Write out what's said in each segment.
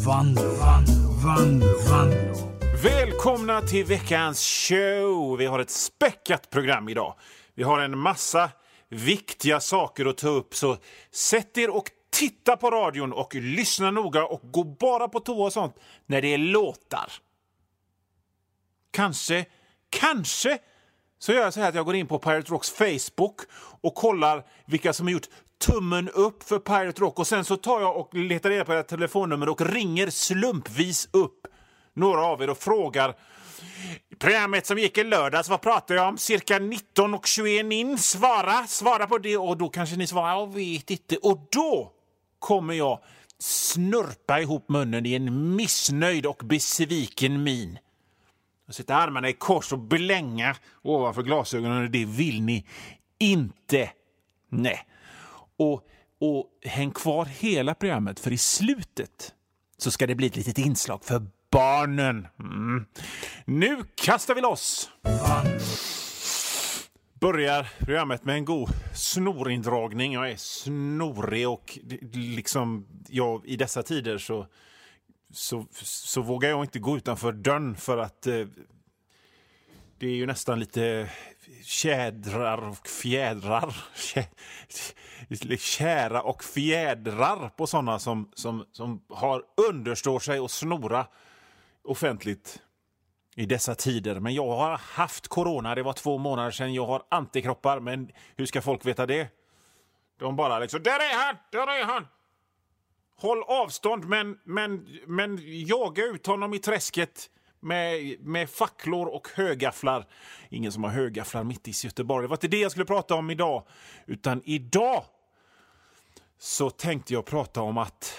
Vanlo. Välkomna till veckans show. Vi har ett späckat program idag. Vi har en massa viktiga saker att ta upp. Så sätt er och titta på radion och lyssna noga och gå bara på toa och sånt när det är låtar. Kanske så gör jag så här att jag går in på Pirate Rocks Facebook och kollar vilka som har gjort tummen upp för Pirate Rock. Och sen så tar jag och letar reda på era telefonnummer och ringer slumpvis upp några av er och frågar: programmet som gick i lördags, vad pratar jag om? Cirka 19:21 in. Svara på det. Och då kanske ni svarar, jag vet inte. Och då kommer jag snurpa ihop munnen i en missnöjd och besviken min. Och sätta armarna i kors och blänga ovanför glasögonen. Och det vill ni inte. Nej. Och häng kvar hela programmet, för i slutet så ska det bli ett litet inslag för barnen. Nu kastar vi loss. Börjar programmet med en god snorindragning. Jag är snorig och liksom i dessa tider så vågar jag inte gå utanför dörren, för att det är ju nästan lite tjädrar och fjädrar. Kära och fjädrar på sådana som har understår sig och snora offentligt i dessa tider. Men jag har haft corona, det var 2 månader sedan. Jag har antikroppar, men hur ska folk veta det? De bara liksom, där är han! Håll avstånd, men jaga ut honom i träsket med facklor och högafflar. Ingen som har högafflar mitt i Göteborg. Det var inte det jag skulle prata om idag. Utan idag så tänkte jag prata om att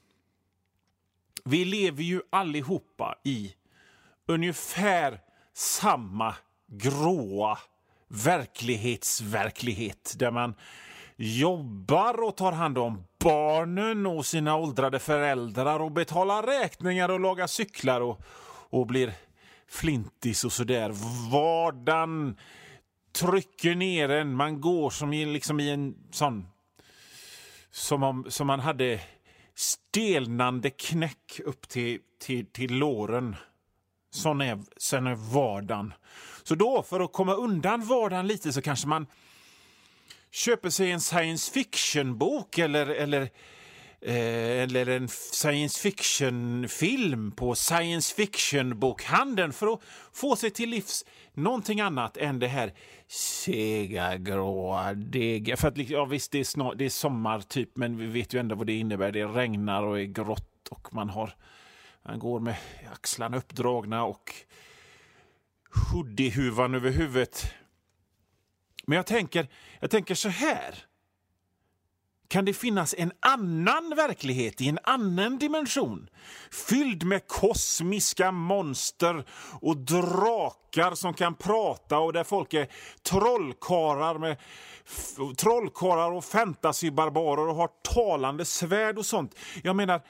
vi lever ju allihopa i ungefär samma gråa verklighet där man jobbar och tar hand om barnen och sina åldrade föräldrar och betalar räkningar och lagar cyklar och blir flintis och sådär. Vardagen trycker ner en. Man går som i en sån som man hade stelnande knäck upp till låren. Sen är vardagen. Så då, för att komma undan vardagen lite, så kanske man köper sig en science fiction-bok eller en science fiction-film på science fiction-bokhandeln, för att få sig till livs någonting annat än det här sega, gråa, dega. För att, ja, visst, det är sommar typ, men vi vet ju ändå vad det innebär. Det regnar och är grått och man går med axlarna uppdragna och hoodiehuvan över huvudet. Men jag tänker så här. Kan det finnas en annan verklighet i en annan dimension, fylld med kosmiska monster och drakar som kan prata, och där folk är trollkarlar och fantasybarbarer och har talande svärd och sånt? Jag menar,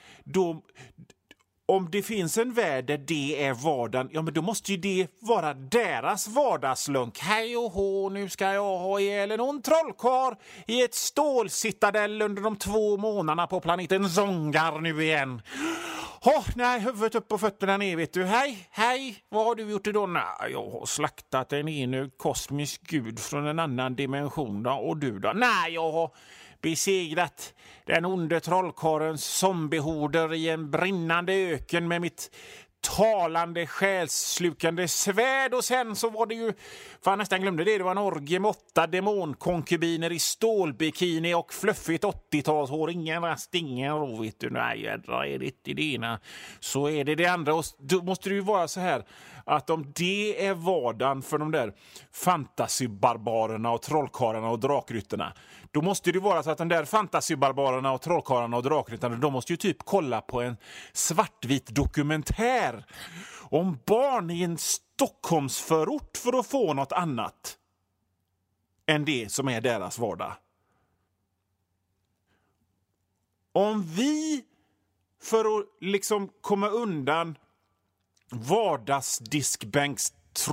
om det finns en värld där det är vardagen, ja, men då måste ju det vara deras vardagslunk. Hej och hå, nu ska jag ha ihjäl någon trollkarl i ett stålcitadell under de 2 månaderna på planeten Zongar nu igen. Nej, huvudet upp och fötterna ner, vet du. Hej, vad har du gjort idag? Nej, jag har slaktat en enu kosmisk gud från en annan dimension då. Och du då? Nej, jag har besegrat den onde trollkarlens zombiehorder i en brinnande öken med mitt talande, själsslukande svärd. Och sen så var det ju, för jag nästan glömde det var en orgie med 8 demonkonkubiner i stålbikini och fluffigt 80-talshår. Ingen rast, ingen ro, vet du. Nej, jädra, är det i det ena så är det andra. Och då måste det ju vara så här att om det är vardagen för de där fantasybarbarerna och trollkarlarna och drakryttarna, då måste det vara så att de där fantasybarbarerna och trollkarlarna och drakryttarna, de måste ju typ kolla på en svartvit dokumentär om barn i en Stockholmsförort för att få något annat än det som är deras vardag. Om vi, för att liksom komma undan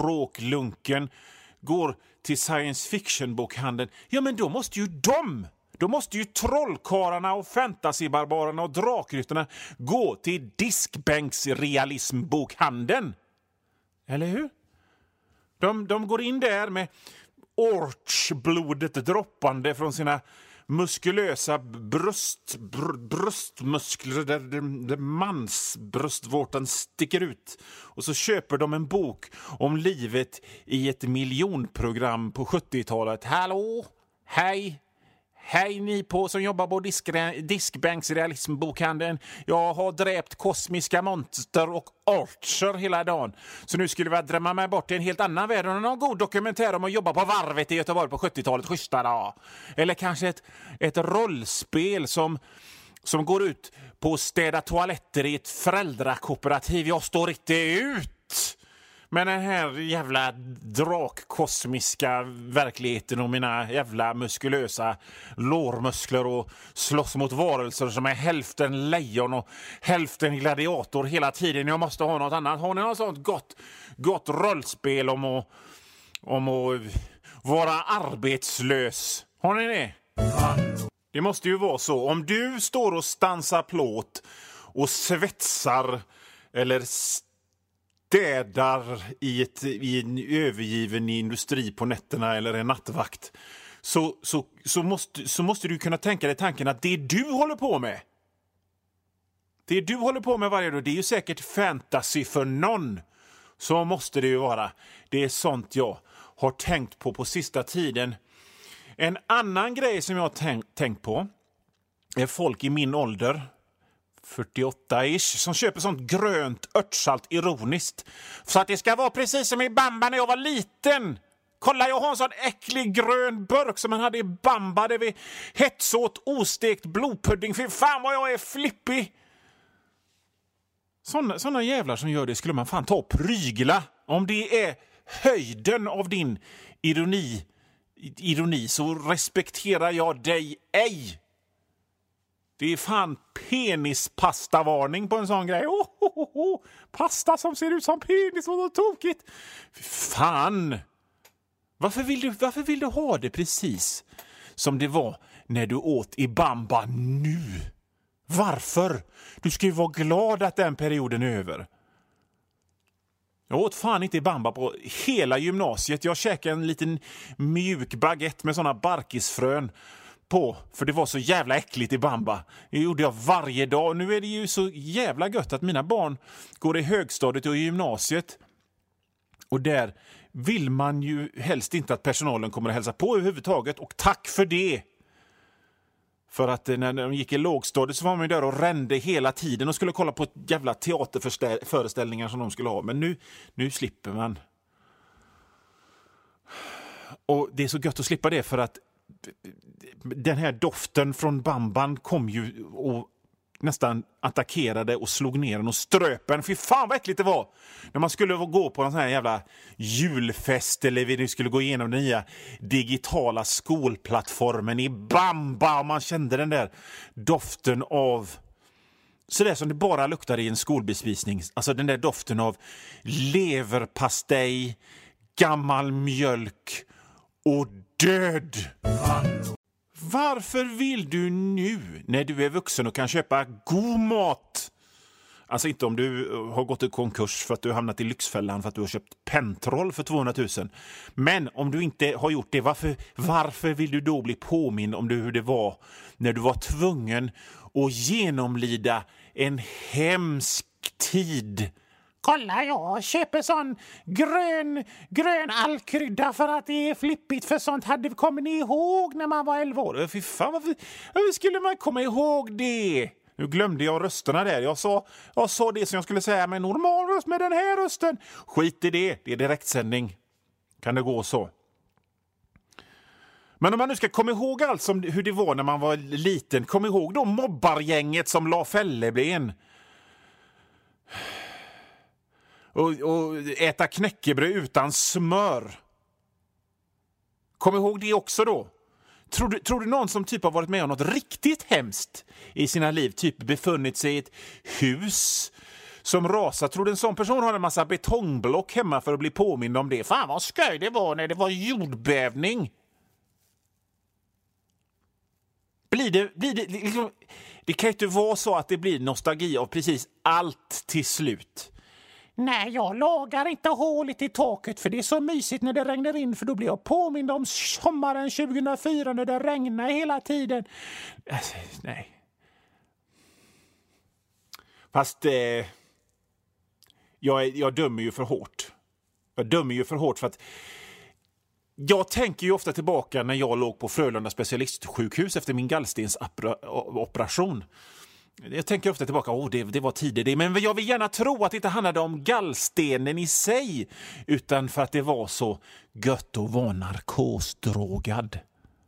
vardagsdiskbänkstråklunken, går till science fiction-bokhandeln, ja, men då måste ju de Då måste ju trollkarlarna och fantasybarbarerna och drakryttarna gå till diskbänksrealismbokhandeln. Eller hur? De går in där med orchblodet droppande från sina muskulösa bröstmuskler där mansbröstvårtan sticker ut. Och så köper de en bok om livet i ett miljonprogram på 70-talet. Hallå, hej. Hej ni på som jobbar på diskbänksrealismbokhandeln. Jag har dräpt kosmiska monster och archer hela dagen. Så nu skulle vi drömma mig bort till en helt annan värld. Och någon god dokumentär om att jobba på varvet i Göteborg på 70-talet. Schyssta då. Eller kanske ett rollspel som går ut på att städa toaletter i ett föräldrakooperativ. Jag står inte ut. Men den här jävla drakkosmiska verkligheten och mina jävla muskulösa lårmuskler och slåss mot varelser som är hälften lejon och hälften gladiator hela tiden. Jag måste ha något annat. Har ni något sånt gott rollspel om att vara arbetslös? Har ni det? Det måste ju vara så. Om du står och stansar plåt och svetsar eller städar i en övergiven industri på nätterna eller en nattvakt så måste du kunna tänka dig tanken att det du håller på med varje dag, det är ju säkert fantasy för någon. Så måste det ju vara. Det är sånt jag har tänkt på sista tiden. En annan grej som jag har tänkt på är folk i min ålder 48-ish som köper sånt grönt örtsalt ironiskt så att det ska vara precis som i Bamba när jag var liten. Kolla, jag har en sån äcklig grön burk som man hade i Bamba där vi hetsåt ostekt blodpudding. Fy fan vad jag är flippig. Såna jävlar som gör det skulle man fan ta och prygla. Om det är höjden av din ironi så respekterar jag dig ej. Det är fan penispastavarning på en sån grej. Pasta som ser ut som penis, vad tokigt. Fan. Varför vill du ha det precis som det var när du åt i Bamba nu? Varför? Du ska ju vara glad att den perioden är över. Jag åt fan inte i Bamba på hela gymnasiet. Jag käkade en liten mjuk baguette med såna barkisfrön på, för det var så jävla äckligt i Bamba. Det gjorde jag varje dag. Nu är det ju så jävla gött att mina barn går i högstadiet och i gymnasiet. Och där vill man ju helst inte att personalen kommer att hälsa på överhuvudtaget. Och tack för det! För att när de gick i lågstadiet så var man ju där och rände hela tiden och skulle kolla på ett jävla teaterföreställningar som de skulle ha. Men nu slipper man. Och det är så gött att slippa det för att den här doften från Bamban kom ju och nästan attackerade och slog ner den och ströp den. Fy fan vad äckligt det var. När man skulle gå på en sån här jävla julfest eller vi skulle gå igenom den nya digitala skolplattformen i Bamba och man kände den där doften av sådär som det bara luktar i en skolbespisning. Alltså den där doften av leverpastej, gammal mjölk och död. Varför vill du nu, när du är vuxen och kan köpa god mat? Alltså inte om du har gått i konkurs för att du har hamnat i Lyxfällan för att du har köpt pentroll för 200 000. Men om du inte har gjort det, varför vill du då bli påmind om hur det var när du var tvungen att genomlida en hemsk tid? Kolla, jag köper sån grön allkrydda för att det är flippigt, för sånt hade vi kommit ihåg när man var 11 år. Fy fan, varför skulle man komma ihåg det? Nu glömde jag rösterna där. Jag sa det som jag skulle säga med normal röst med den här rösten. Skit i det, det är direktsändning. Kan det gå så? Men om man nu ska komma ihåg allt som hur det var när man var liten, kom ihåg då mobbargänget som la fälleben. Och äta knäckebröd utan smör. Kom ihåg det också då. Tror du någon som typ har varit med om något riktigt hemskt i sina liv, typ befunnit sig i ett hus som rasar? Tror du en sån person har en massa betongblock hemma för att bli påmind om det? Fan vad skoj det var när det var jordbävning. blir det liksom, det kan ju inte vara så att det blir nostalgi av precis allt till slut. Nej, jag lagar inte hålet i taket för det är så mysigt när det regnar in, för då blir jag påmind om sommaren 2004 när det regnar hela tiden. Nej. Fast jag dömer ju för hårt. Jag dömer ju för hårt för att jag tänker ju ofta tillbaka när jag låg på Frölunda specialistsjukhus efter min gallstensoperation. Jag tänker ofta tillbaka, det var tider. Men jag vill gärna tro att det inte handlade om gallstenen i sig, utan för att det var så gött att vara narkosdrogad.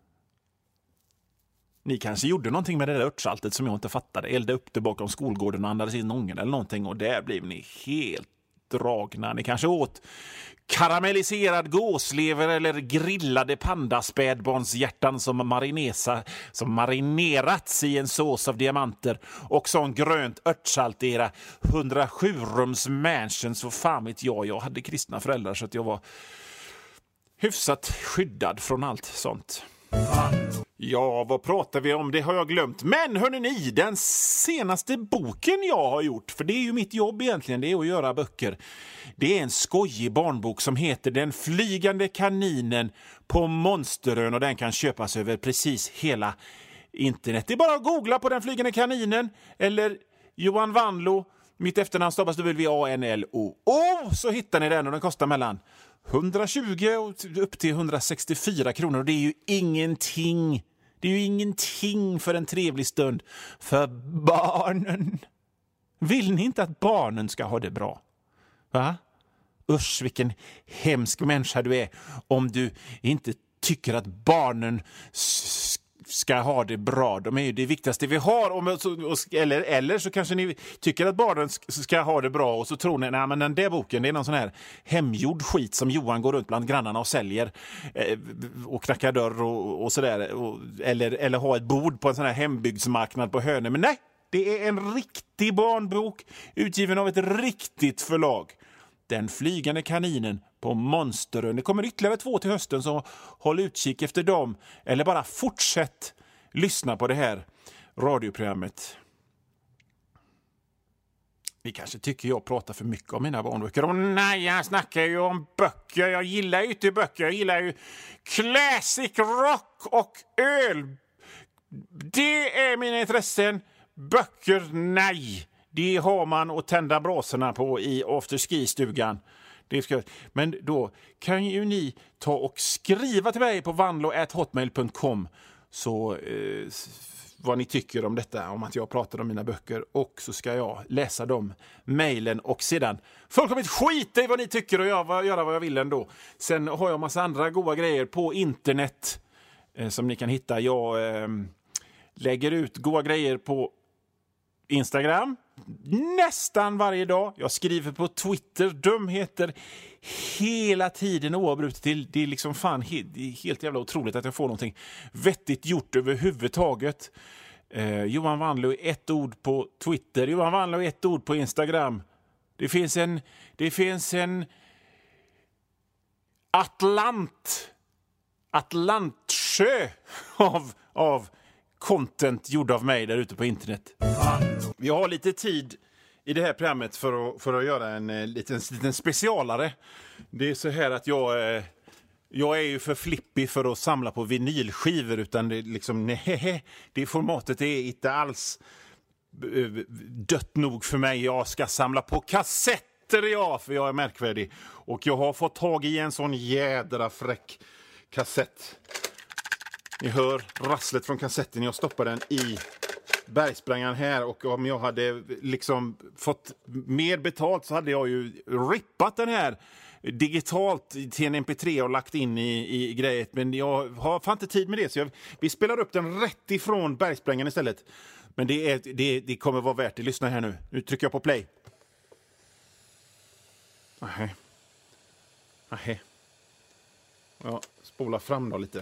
Ni kanske gjorde någonting med det där örtsaltet som jag inte fattade. Elda upp det bakom skolgården och andades in ången eller någonting, och där blev ni helt dragna. Ni kanske åt karamelliserad gåslever eller grillade pandaspädbarnshjärtan som marinerats i en sås av diamanter och sån grönt örtsalt i era 107-rums mansion. Så fan vet jag hade kristna föräldrar så att jag var hyfsat skyddad från allt sånt. Ja, vad pratar vi om? Det har jag glömt. Men hörni ni, den senaste boken jag har gjort, för det är ju mitt jobb egentligen, det är att göra böcker. Det är en skojig barnbok som heter Den flygande kaninen på Monsterön, och den kan köpas över precis hela internet. Det är bara att googla på Den flygande kaninen eller Johan Vanlo. Mitt efternamn stavas WANLO. Så hittar ni den, och den kostar mellan 120 och upp till 164 kronor. Och det är ju ingenting. Det är ju ingenting för en trevlig stund för barnen. Vill ni inte att barnen ska ha det bra? Va? Usch, vilken hemsk människa du är om du inte tycker att barnen ska ha det bra. De är ju det viktigaste vi har. Eller så kanske ni tycker att barnen ska ha det bra och så tror ni, nej men den där boken, det är någon sån här hemgjord skit som Johan går runt bland grannarna och säljer och knackar dörr och sådär. Eller ha ett bord på en sån här hembygdsmarknad på Hönö. Men nej, det är en riktig barnbok utgiven av ett riktigt förlag. Den flygande kaninen på Monsterön. Det kommer ytterligare 2 till hösten, så håll utkik efter dem. Eller bara fortsätt lyssna på det här radioprogrammet. Vi kanske tycker jag pratar för mycket om mina barnböcker. Och nej, jag snackar ju om böcker. Jag gillar ju inte böcker. Jag gillar ju classic rock och öl. Det är mina intressen. Böcker, nej. Det har man att tända brasorna på i afterski-stugan. Men då kan ju ni ta och skriva till mig på vanlo@hotmail.com så vad ni tycker om detta, om att jag pratar om mina böcker, och så ska jag läsa de mejlen och sedan fullkomligt skita i vad ni tycker och göra vad jag vill ändå. Sen har jag massa andra goda grejer på internet som ni kan hitta. Jag lägger ut goda grejer på Instagram nästan varje dag. Jag skriver på Twitter dumheter hela tiden oavbrutet. Det är liksom fan helt jävla otroligt att jag får någonting vettigt gjort överhuvudtaget. Johan Vanlo är ett ord på Twitter. Johan Vanlo är ett ord på Instagram. Det finns en Atlantsjö av content gjord av mig där ute på internet. Vi har lite tid i det här programmet för att göra en liten specialare. Det är så här att jag är ju för flippig för att samla på vinylskivor, utan det liksom det formatet är inte alls dött nog för mig. Jag ska samla på kassetter, för jag är märkvärdig. Och jag har fått tag i en sån jädra fräck kassett. Ni hör rasslet från kassetten. Jag stoppar den i bergsprängaren här, och om jag hade liksom fått mer betalt så hade jag ju rippat den här digitalt till en mp3 och lagt in i grejet. Men jag har fan inte tid med det, så vi spelar upp den rätt ifrån bergsprängaren istället. Men det kommer vara värt det. Lyssna här nu. Nu trycker jag på play. Nej. Ja, spola fram då lite.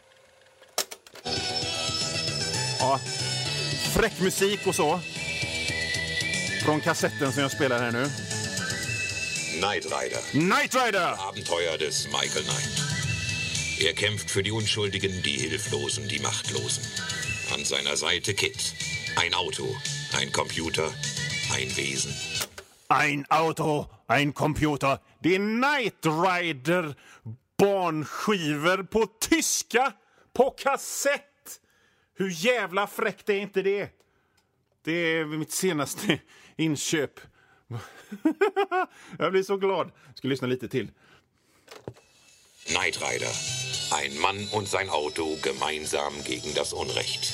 Ja, fräck musik och så. Från kassetten som jag spelar här nu. Knight Rider. Knight Rider! Abenteuer des Michael Knight. Er kämpft für die Unschuldigen, die Hilflosen, die Machtlosen. An seiner Seite Kit. Ein Auto, ein Computer, ein Wesen. Ein Auto, ein computer. Det är Knight Rider barnskivor på tyska, på kassett. Hur jävla fräckt är inte det? Det är mitt senaste inköp. Jag blir så glad. Jag ska lyssna lite till. Knight Rider. Ein Mann und sein Auto gemeinsam gegen das Unrecht.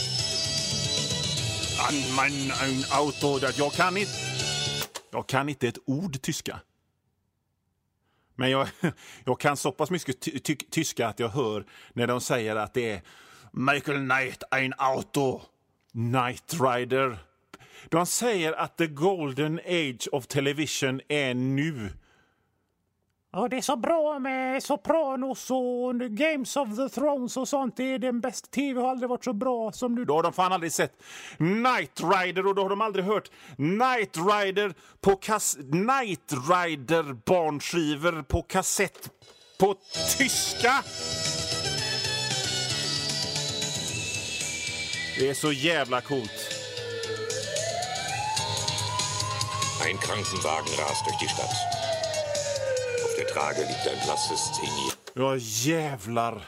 Ein Auto. Jag kan inte ett ord tyska. Men jag kan så pass mycket tyska att jag hör när de säger att det är Michael Knight, ein Auto, Knight Rider. De säger att the golden age of television är nu. Ja, det är så bra med Sopranos och Games of the Thrones och sånt. Det är den bästa tv, har aldrig varit så bra som nu. Då har de fan aldrig sett Knight Rider och då har de aldrig hört Knight Rider på Knight Rider barnskivor på kassett på tyska. Det är så jävla coolt. Ein Krankenwagen rast durch die Stadt. Auf der Trage liegt ein blasses 10-jähriges. Ja, jävlar.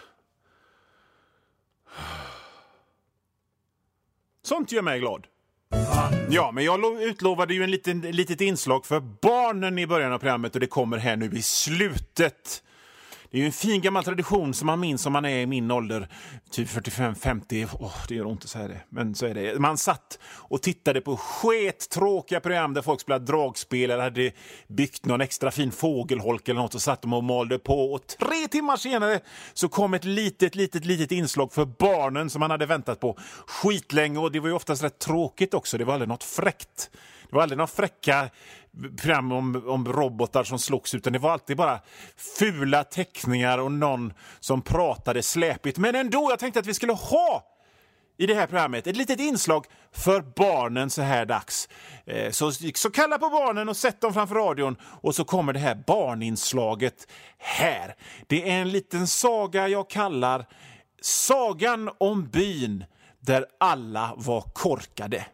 Sånt gör mig glad. Ja, men jag utlovade ju litet inslag för barnen i början av programmet och det kommer här nu i slutet. Det är ju en fin gammal tradition som man minns om man är i min ålder, typ 45-50. Det gör ont att säga det, men så är det. Man satt och tittade på tråkiga program där folk spelade dragspel eller hade byggt någon extra fin fågelholk eller något och satt de och malde på. Och 3 timmar senare så kom ett litet inslag för barnen som man hade väntat på skitlänge. Och det var ju oftast rätt tråkigt också, det var aldrig något fräckt. Det var aldrig några fräcka program om robotar som slogs, utan det var alltid bara fula teckningar och någon som pratade släpigt. Men ändå, jag tänkte att vi skulle ha i det här programmet ett litet inslag för barnen så här dags. Så kalla på barnen och sätt dem framför radion och så kommer det här barninslaget här. Det är en liten saga jag kallar Sagan om byn där alla var korkade.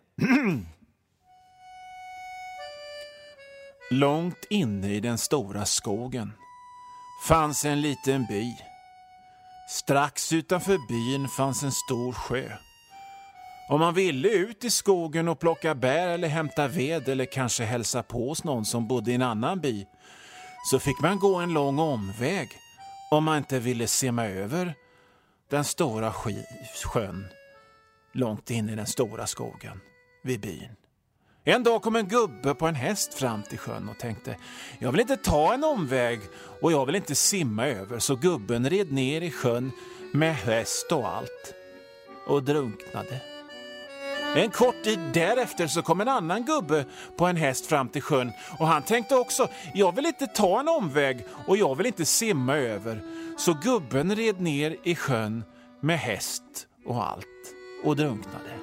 Långt inne i den stora skogen fanns en liten by. Strax utanför byn fanns en stor sjö. Om man ville ut i skogen och plocka bär eller hämta ved eller kanske hälsa på hos någon som bodde i en annan by så fick man gå en lång omväg om man inte ville simma över den stora sjön långt in i den stora skogen vid byn. En dag kom en gubbe på en häst fram till sjön och tänkte, jag vill inte ta en omväg och jag vill inte simma över. Så gubben red ner i sjön med häst och allt och drunknade. En kort tid därefter så kom en annan gubbe på en häst fram till sjön och han tänkte också, jag vill inte ta en omväg och jag vill inte simma över. Så gubben red ner i sjön med häst och allt och drunknade.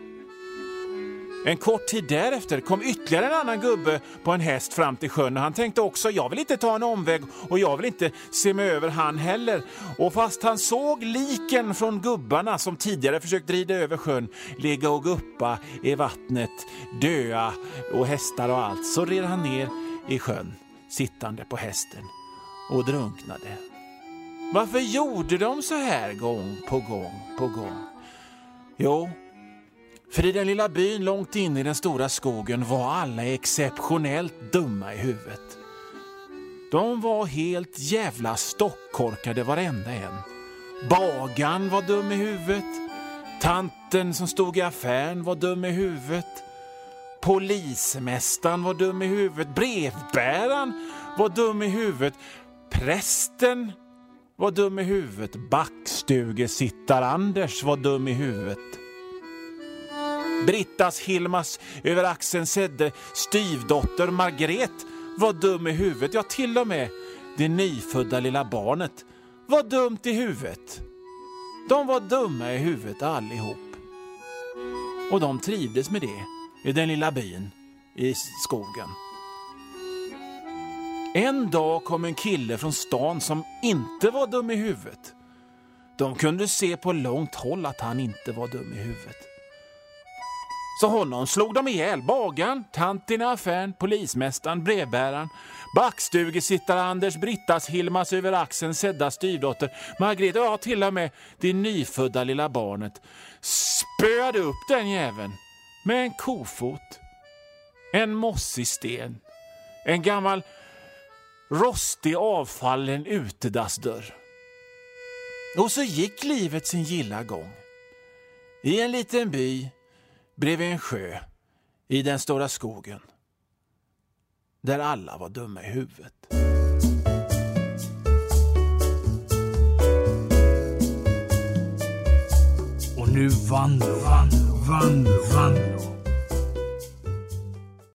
En kort tid därefter kom ytterligare en annan gubbe på en häst fram till sjön och han tänkte också, jag vill inte ta en omväg och jag vill inte se mig över han heller. Och fast han såg liken från gubbarna som tidigare försökt rida över sjön, ligga och guppa i vattnet, döa och hästar och allt, så red han ner i sjön sittande på hästen och drunknade. Varför gjorde de så här gång på gång på gång? Jo, för i den lilla byn långt in i den stora skogen var alla exceptionellt dumma i huvudet. De var helt jävla stockkorkade varenda en. Bagan var dum i huvudet. Tanten som stod i affären var dum i huvudet. Polismästaren var dum i huvudet. Brevbäraren var dum i huvudet. Prästen var dum i huvudet. Backstugesittar-Anders var dum i huvudet. Brittas Hilmas över axeln sedde styvdotter Margret var dum i huvudet. Ja, till och med det nyfödda lilla barnet var dumt i huvudet. De var dumma i huvudet allihop. Och de trivdes med det i den lilla byn i skogen. En dag kom en kille från stan som inte var dum i huvudet. De kunde se på långt håll att han inte var dum i huvudet. Så honom slog de ihjäl: bagaren, tanten i affären, polismästaren, brevbäraren, backstugesittare Anders, Brittas, Hilmas över axeln, Sedda styvdotter, Margret och till och med det nyfödda lilla barnet. Spöade upp den jäveln med en kofot, en mossig sten, en gammal rostig avfallen utedassdörr. Och så gick livet sin gilla gång. I en liten by bredvid en sjö i den stora skogen, där alla var dumma i huvudet. Och nu Vanlo.